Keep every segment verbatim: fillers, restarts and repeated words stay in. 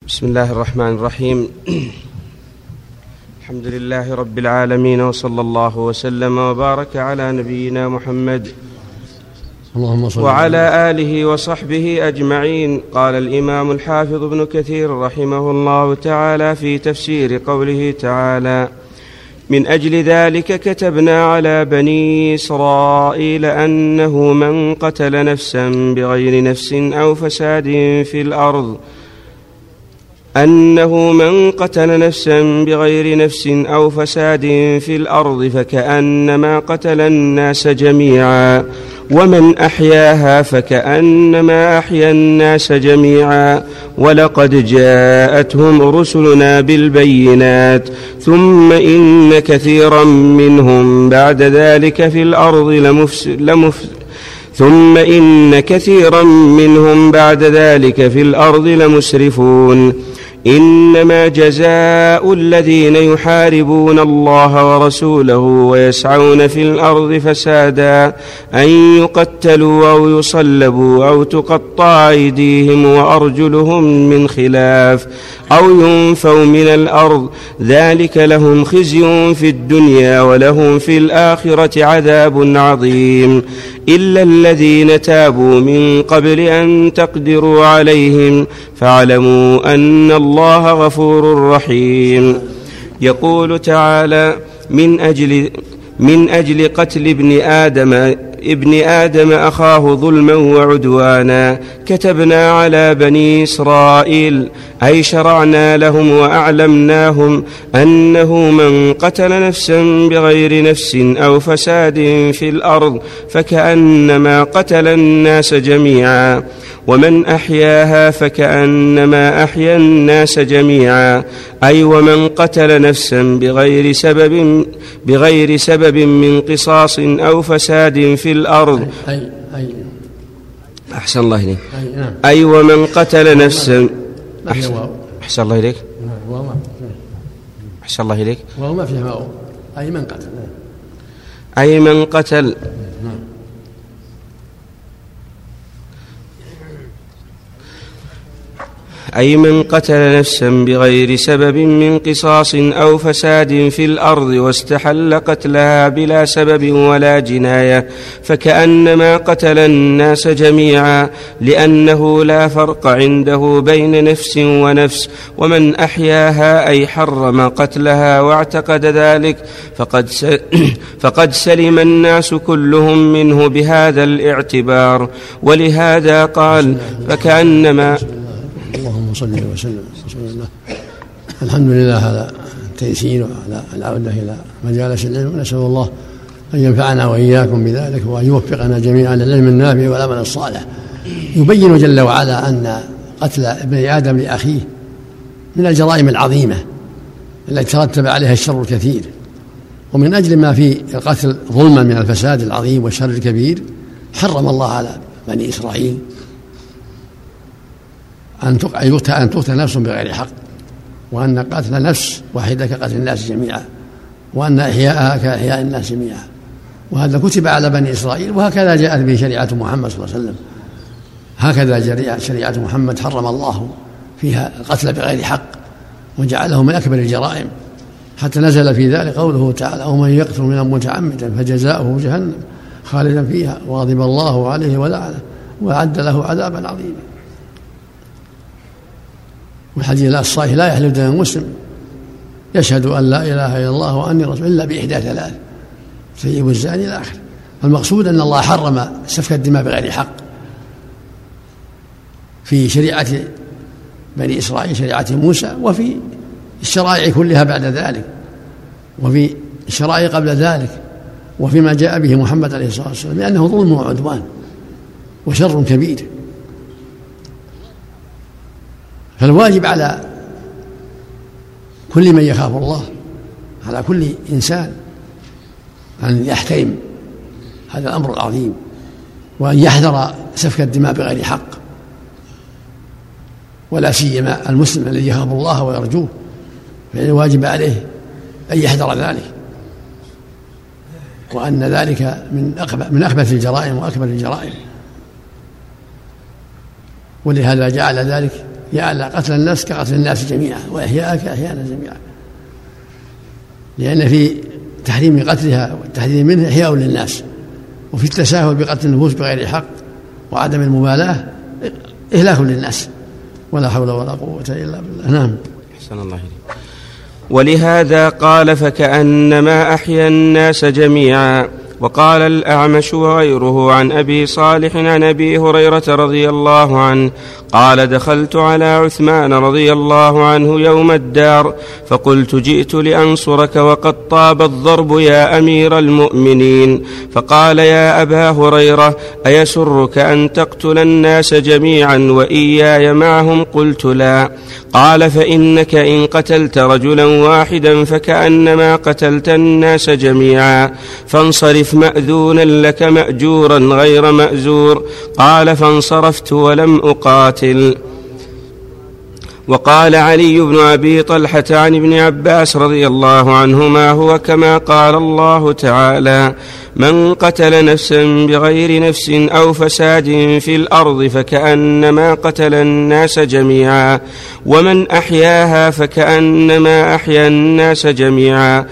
بسم الله الرحمن الرحيم. الحمد لله رب العالمين، وصلى الله وسلم وبارك على نبينا محمد وعلى آله وصحبه أجمعين. قال الإمام الحافظ ابن كثير رحمه الله تعالى في تفسير قوله تعالى: من أجل ذلك كتبنا على بني إسرائيل أنه من قتل نفسا بغير نفس أو فساد في الأرض أنه من قتل نفسا بغير نفس أو فساد في الأرض فكأنما قتل الناس جميعا، ومن أحياها فكأنما أحيا الناس جميعا، ولقد جاءتهم رسلنا بالبينات ثم إن كثيرا منهم بعد ذلك في الأرض لمفسد لمفسد ثم إن كثيرا منهم بعد ذلك في الأرض لمسرفون. إنما جزاء الذين يحاربون الله ورسوله ويسعون في الأرض فسادا أن يقتلوا أو يصلبوا أو تقطع أيديهم وأرجلهم من خلاف أو ينفوا من الأرض، ذلك لهم خزي في الدنيا ولهم في الآخرة عذاب عظيم، إلا الذين تابوا من قبل أن تقدروا عليهم فاعلموا أن الله غفور رحيم. يقول تعالى: من أجل من أجل قتل ابن آدم ابن آدم أخاه ظلما وعدوانا كتبنا على بني إسرائيل، أي شرعنا لهم وأعلمناهم أنه من قتل نفسا بغير نفس أو فساد في الأرض فكأنما قتل الناس جميعا، ومن أحياها فكأنما أحيا الناس جميعا، أي ومن قتل نفسا بغير سبب بغير سبب من قصاص أو فساد في الأرض. أي أي أحسن الله إليك. أي, نعم. أي ومن قتل نفسا أحسن, أحسن الله إليك. أحسن الله إليك. وما فيها واو. أي من قتل أي من قتل أي من قتل نفسا بغير سبب من قصاص أو فساد في الأرض واستحل قتلها بلا سبب ولا جناية فكأنما قتل الناس جميعا، لأنه لا فرق عنده بين نفس ونفس، ومن أحياها أي حرم قتلها واعتقد ذلك فقد فقد سلم الناس كلهم منه بهذا الاعتبار. ولهذا قال: فكأنما اللهم صل وسلم وسلم. الحمد لله على التيسير وعلى العودة إلى مجالس العلم، نسأل الله أن ينفعنا وإياكم بذلك وأن يوفقنا جميعا للعلم النافع والعمل الصالح. يبين جل وعلا أن قتل ابن آدم لأخيه من الجرائم العظيمة التي ترتب عليها الشر الكثير، ومن أجل ما في القتل ظلما من الفساد العظيم والشر الكبير حرم الله على بني إسرائيل أن تقتل نفس بغير حق، وأن قتل نفس واحدة كقتل الناس جميعا، وأن إحياءها كإحياء الناس جميعا. وهذا كتب على بني إسرائيل، وهكذا جاءت به شريعة محمد صلى الله عليه وسلم. هكذا شريعة محمد حرم الله فيها القتل بغير حق وجعله من أكبر الجرائم، حتى نزل في ذلك قوله تعالى: ومن يقتل منهم متعمدا فجزاؤه جهنم خالدا فيها وغضب الله عليه ولعنه وأعد له عذابا عظيما. والحديث الصحيح: لا يحلف دم مسلم يشهد أن لا إله إلا الله وأني رسول إلا بإحدى ثلاث، سيب الزاني إلى آخره. المقصود أن الله حرم سفك الدماء بغير حق في شريعة بني إسرائيل، شريعة موسى، وفي الشرائع كلها بعد ذلك، وفي الشرائع قبل ذلك، وفيما جاء به محمد عليه الصلاة والسلام، لأنه ظلم وعدوان وشر كبير. فالواجب على كل من يخاف الله، على كل إنسان، أن يحترم هذا الأمر العظيم، وأن يحذر سفك الدماء بغير حق، ولا سيما المسلم الذي يخاف الله ويرجوه، فإن الواجب عليه أن يحذر ذلك، وأن ذلك من من أخبث الجرائم وأكبر الجرائم. ولهذا جعل ذلك جعل قتل النفس كقتل الناس جميعا وإحياءها كإحياء الناس جميعا، لأن في تحريم قتلها والتحذير منه إحياء للناس، وفي التساهل بقتل النفوس بغير حق وعدم المبالاة إهلاك للناس، ولا حول ولا قوة إلا بالله. نعم. أحسن الله إليك. ولهذا قال فكأنما أحيا الناس جميعا. وقال الأعمش وغيره عن أبي صالح عن أبي هريرة رضي الله عنه قال دخلت على عثمان رضي الله عنه يوم الدار فقلت جئت لأنصرك وقد طاب الضرب يا أمير المؤمنين. فقال يا أبا هريرة أيسرك أن تقتل الناس جميعا وإياي معهم؟ قلت لا. قال فإنك إن قتلت رجلا واحدا فكأنما قتلت الناس جميعا، فانصرف مأذونا لك مأجورا غير مأزور. قال فانصرفت ولم أقاتل. وقال علي بن أبي طلحة عن ابن عباس رضي الله عنهما هو كما قال الله تعالى من قتل نفسا بغير نفس أو فساد في الأرض فكأنما قتل الناس جميعا، ومن أحياها فكأنما أحيا الناس جميعا،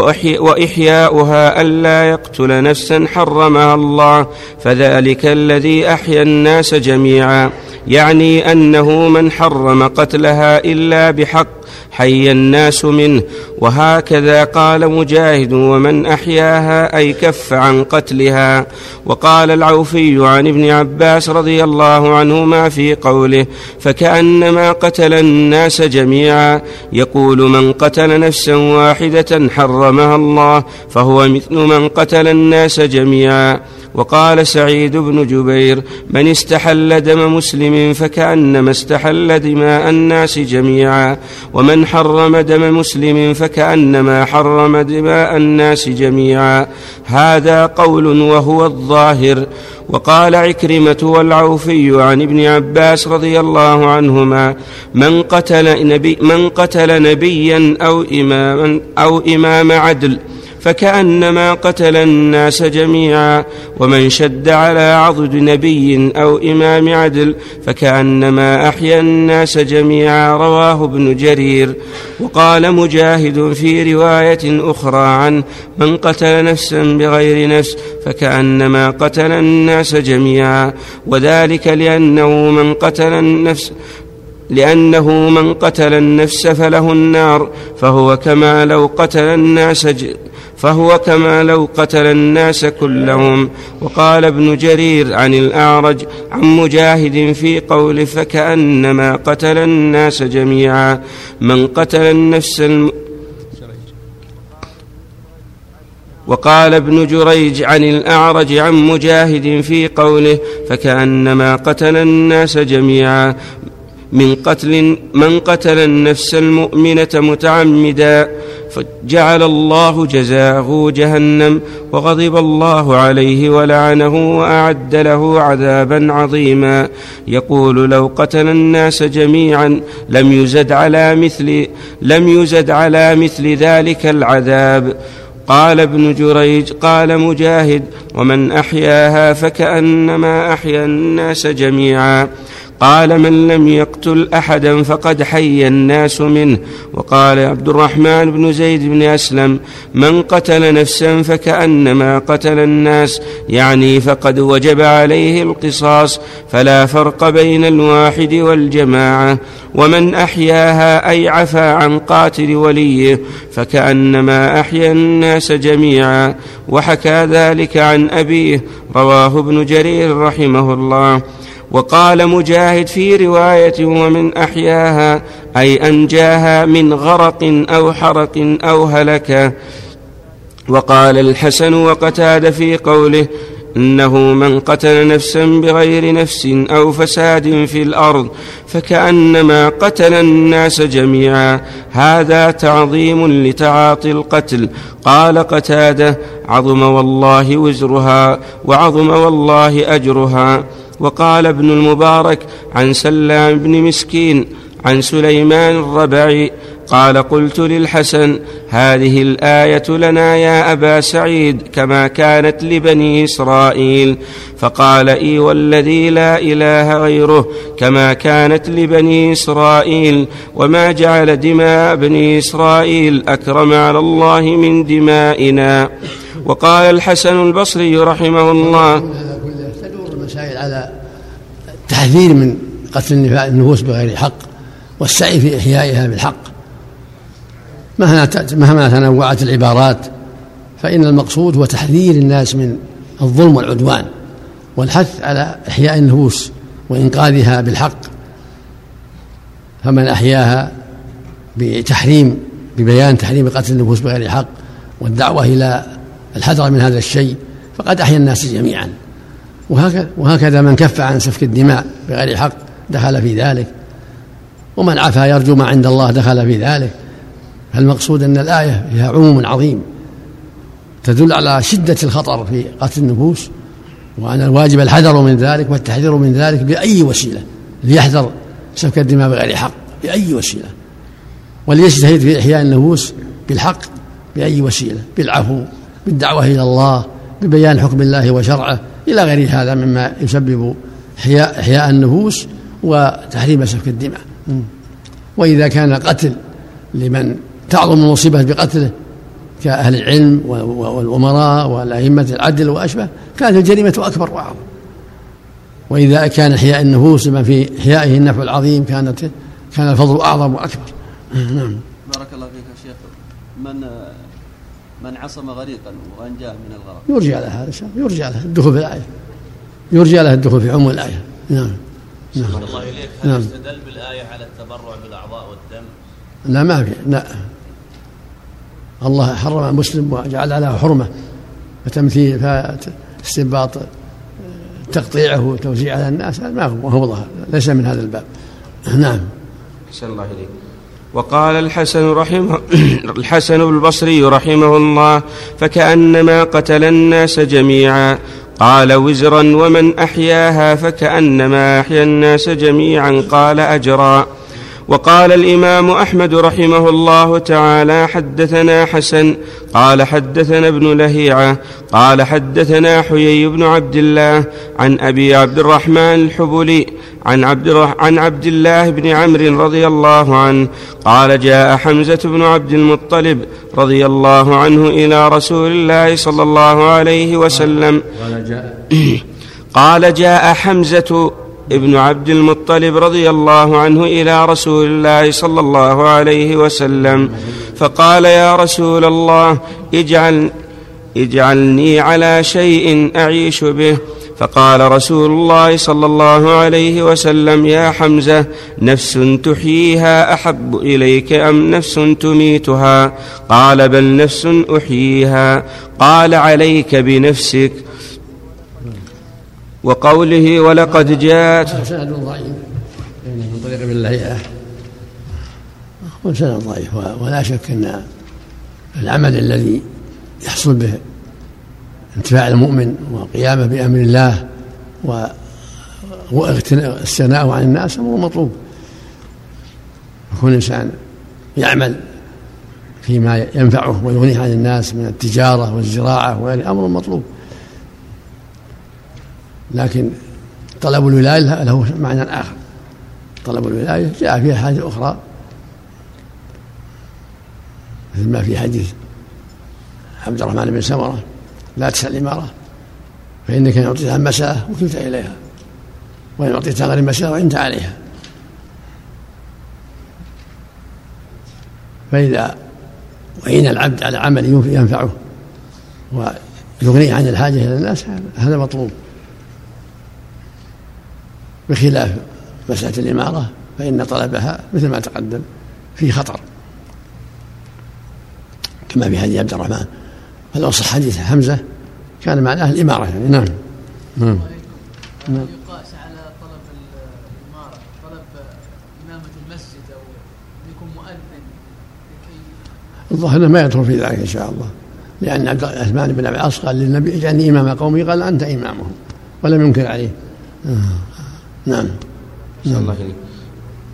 وإحياؤها ألا يقتل نفسا حرمها الله فذلك الذي أحيا الناس جميعا، يعني أنه من حرم قتلها إلا بحق حي الناس منه. وهكذا قال مجاهد ومن أحياها أي كف عن قتلها. وقال العوفي عن ابن عباس رضي الله عنهما في قوله فكأنما قتل الناس جميعا يقول من قتل نفسا واحدة حرمها الله فهو مثل من قتل الناس جميعا. وقال سعيد بن جبير من استحل دم مسلم فكأنما استحل دماء الناس جميعا، ومن حرم دم مسلم فكأنما حرم دماء الناس جميعا. هذا قول وهو الظاهر. وقال عكرمة والعوفي عن ابن عباس رضي الله عنهما من قتل, نبي من قتل نبيا أو إماما أو إمام عدل فكأنما قتل الناس جميعا، ومن شد على عضد نبي أو إمام عدل فكأنما أحيا الناس جميعا. رواه ابن جرير. وقال مجاهد في رواية أخرى عنه من قتل نفسا بغير نفس فكأنما قتل الناس جميعا، وذلك لأنه من قتل النفس لأنه من قتل النفس فله النار، فهو كما لو قتل الناس ج... فهو كما لو قتل الناس كلهم. وقال ابن جرير عن الأعرج عن مجاهد في قول فكأنما قتل الناس جميعا من قتل النفس الم... وقال ابن جريج عن الأعرج عن مجاهد في قوله فكأنما قتل الناس جميعا من قتل من قتل النفس المؤمنة متعمدا فجعل الله جزاءه جهنم وغضب الله عليه ولعنه وأعد له عذابا عظيما. يقول لو قتل الناس جميعا لم يزد على مثل لم يزد على مثل ذلك العذاب. قال ابن جريج قال مجاهد ومن أحياها فكأنما أحيا الناس جميعا. قال من لم يقتل أحدا فقد حي الناس منه. وقال عبد الرحمن بن زيد بن أسلم من قتل نفسا فكأنما قتل الناس، يعني فقد وجب عليه القصاص، فلا فرق بين الواحد والجماعة. ومن أحياها أي عفى عن قاتل وليه فكأنما أحيا الناس جميعا. وحكى ذلك عن أبيه. رواه ابن جرير رحمه الله. وقال مجاهد في رواية ومن أحياها أي أنجاها من غرق أو حرق أو هلكة. وقال الحسن وقتادة في قوله إنه من قتل نفسا بغير نفس أو فساد في الأرض فكأنما قتل الناس جميعا، هذا تعظيم لتعاطي القتل. قال قتادة عظم والله وزرها وعظم والله أجرها. وقال ابن المبارك عن سلام بن مسكين عن سليمان الربعي فقال: قلت للحسن: هذه الآية لنا يا أبا سعيد كما كانت لبني إسرائيل. فقال: إي والذي لا إله غيره كما كانت لبني إسرائيل، وما جعل دماء بني إسرائيل أكرم على الله من دمائنا. وقال الحسن البصري رحمه الله: تدور المسائل على التحذير من قتل النفوس بغير حق والسعي في إحيائها بالحق. مهما تنوعت العبارات فإن المقصود هو تحذير الناس من الظلم والعدوان والحث على إحياء النفوس وإنقاذها بالحق. فمن أحياها بتحريم ببيان تحريم قتل النفوس بغير حق والدعوة إلى الحذر من هذا الشيء فقد أحيا الناس جميعا. وهكذا, وهكذا من كف عن سفك الدماء بغير حق دخل في ذلك، ومن عفا يرجو ما عند الله دخل في ذلك. فالمقصود أن الآية فيها عموم عظيم تدل على شدة الخطر في قتل النفوس، وأن الواجب الحذر من ذلك والتحذير من ذلك بأي وسيلة، ليحذر سفك الدماء بغير حق بأي وسيلة، وليجتهد في إحياء النفوس بالحق بأي وسيلة، بالعفو، بالدعوة إلى الله، ببيان حكم الله وشرعه، إلى غير هذا مما يسبب إحياء, إحياء النفوس وتحريم سفك الدماء. وإذا كان قتل لمن تعظم المصيبة بقتله كأهل العلم والأمراء والأئمة العدل وأشبه كانت الجريمة أكبر وأعظم. وإذا كان إحياء النفوس لمن في إحيائه النفع العظيم كانت كان الفضل أعظم وأكبر. نعم. بارك الله فيك يا شيخ. من من عصم غريقا وأنجاه من الغرق يرجى له هذا الشيء، يرجى له الدخول في الآية، يرجى له الدخول في عموم الآية. نعم. نعم. الله إليك. هل نعم. استدل بالآية على التبرع بالأعضاء والدم؟ لا، ما في. لا، الله حرم المسلم وجعل له حرمة فتمثيل فاستنباط تقطيعه وتوزيعه على الناس ما هو هو ظهر، ليس من هذا الباب. نعم. أحسن الله إليك. وقال الحسن رحمه الحسن البصري رحمه الله: فكأنما قتل الناس جميعا. قال: وزرا ومن أحياها فكأنما أحيا الناس جميعا. قال: أجرا. وقال الإمام أحمد رحمه الله تعالى: حدثنا حسن قال حدثنا ابن لهيعة قال حدثنا حيي بن عبد الله عن أبي عبد الرحمن الحبلي عن عبد, عن عبد الله بن عمرو رضي الله عنه قال: جاء حمزة بن عبد المطلب رضي الله عنه إلى رسول الله صلى الله عليه وسلم. قال: جاء حمزة ابن عبد المطلب رضي الله عنه إلى رسول الله صلى الله عليه وسلم فقال: يا رسول الله، اجعل اجعلني على شيء أعيش به. فقال رسول الله صلى الله عليه وسلم: يا حمزة، نفس تحييها أحب إليك أم نفس تميتها؟ قال: بل نفس أحييها. قال: عليك بنفسك. وقوله: ولقد جاءت سند ضعيف من طريق ابن لهيعة وسند ضعيف، ولا شك أن العمل الذي يحصل به انتفاع المؤمن وقيامه بأمر الله واستغناءه عن الناس أمر مطلوب. يكون الإنسان يعمل فيما ينفعه ويغنيه عن الناس من التجارة والزراعة وغيره أمر مطلوب، لكن طلب الولاية له معنى آخر. طلب الولاية جاء فيها حاجة أخرى مثل ما في حديث عبد الرحمن بن سمرة: لا تسأل الإمارة فإنك إن أعطيتها مسألة وكلت إليها، وإن أعطيتها غير مسألة وعنت عليها. فإذا وعين العبد على عمل ينفعه ويغنيه عن الحاجة إلى الناس هذا مطلوب، بخلاف مسألة الإمارة فإن طلبها مثل ما تقدم في خطر، كما في حديث عبد الرحمن. فلو صح حديث حمزة كان معناه الإمارة يعني. نعم. نعم. نعم. يقاس على طلب الإمارة طلب إمامة المسجد أو يكون مؤذن لكي الظاهر ما يدخل في ذلك إن شاء الله، لأن عبد الرحمن بن أبي العاص قال للنبي: اجعلني إمام قومي، قال: أنت إمامهم، ولم ينكر عليه. آه. نعم. نعم. الله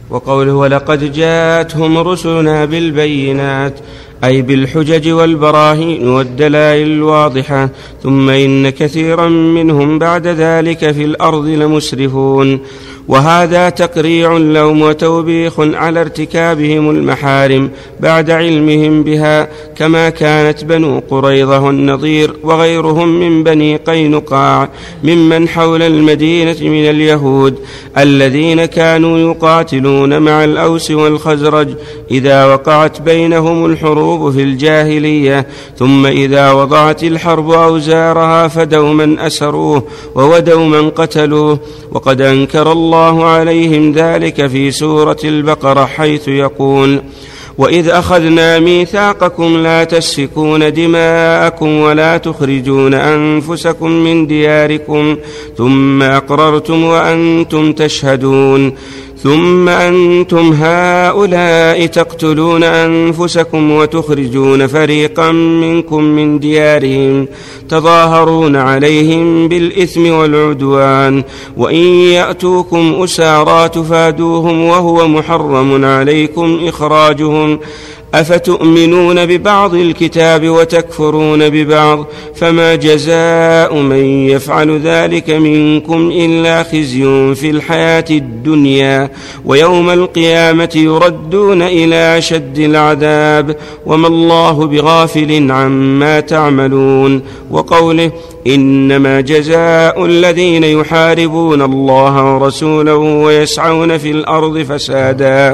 وقوله ولقد جاءتهم رسلنا بالبينات أي بالحجج والبراهين والدلائل الواضحة ثم إن كثيرا منهم بعد ذلك في الأرض لمسرفون. وهذا تقريع لهم وتوبيخ على ارتكابهم المحارم بعد علمهم بها، كما كانت بنو قريظة والنضير وغيرهم من بني قينقاع ممن حول المدينة من اليهود الذين كانوا يقاتلون مع الأوس والخزرج إذا وقعت بينهم الحروب في الجاهلية، ثم إذا وضعت الحرب أوزارها فدوا من أسروه وودوا من قتلوه. وقد أنكر الله عليهم ذلك في سورة البقرة حيث يقول وإذ أخذنا ميثاقكم لا تسفكون دماءكم ولا تخرجون أنفسكم من دياركم ثم أقررتم وأنتم تشهدون ثم أنتم هؤلاء تقتلون أنفسكم وتخرجون فريقا منكم من ديارهم تظاهرون عليهم بالإثم والعدوان وإن يأتوكم أسارى تفادوهم وهو محرم عليكم إخراجهم أفتؤمنون ببعض الكتاب وتكفرون ببعض فما جزاء من يفعل ذلك منكم إلا خزي في الحياة الدنيا ويوم القيامة يردون إلى أشد العذاب وما الله بغافل عما تعملون. وقوله إنما جزاء الذين يحاربون الله ورسوله ويسعون في الأرض فسادا.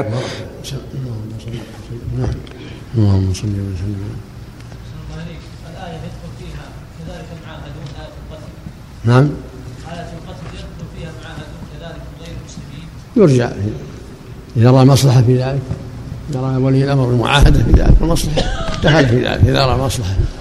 اللهم صل وسلم. الآية يدخل فيها كذلك المعاهدون آية القتل. نعم. آية القتل يدخل فيها المعاهدون كذلك غير المسلمين. يرجع إذا رأى مصلحة في ذلك، إذا رأى ولي الأمر المعاهدة في ذلك المصلحة دخل في ذلك إذا رأى مصلحة.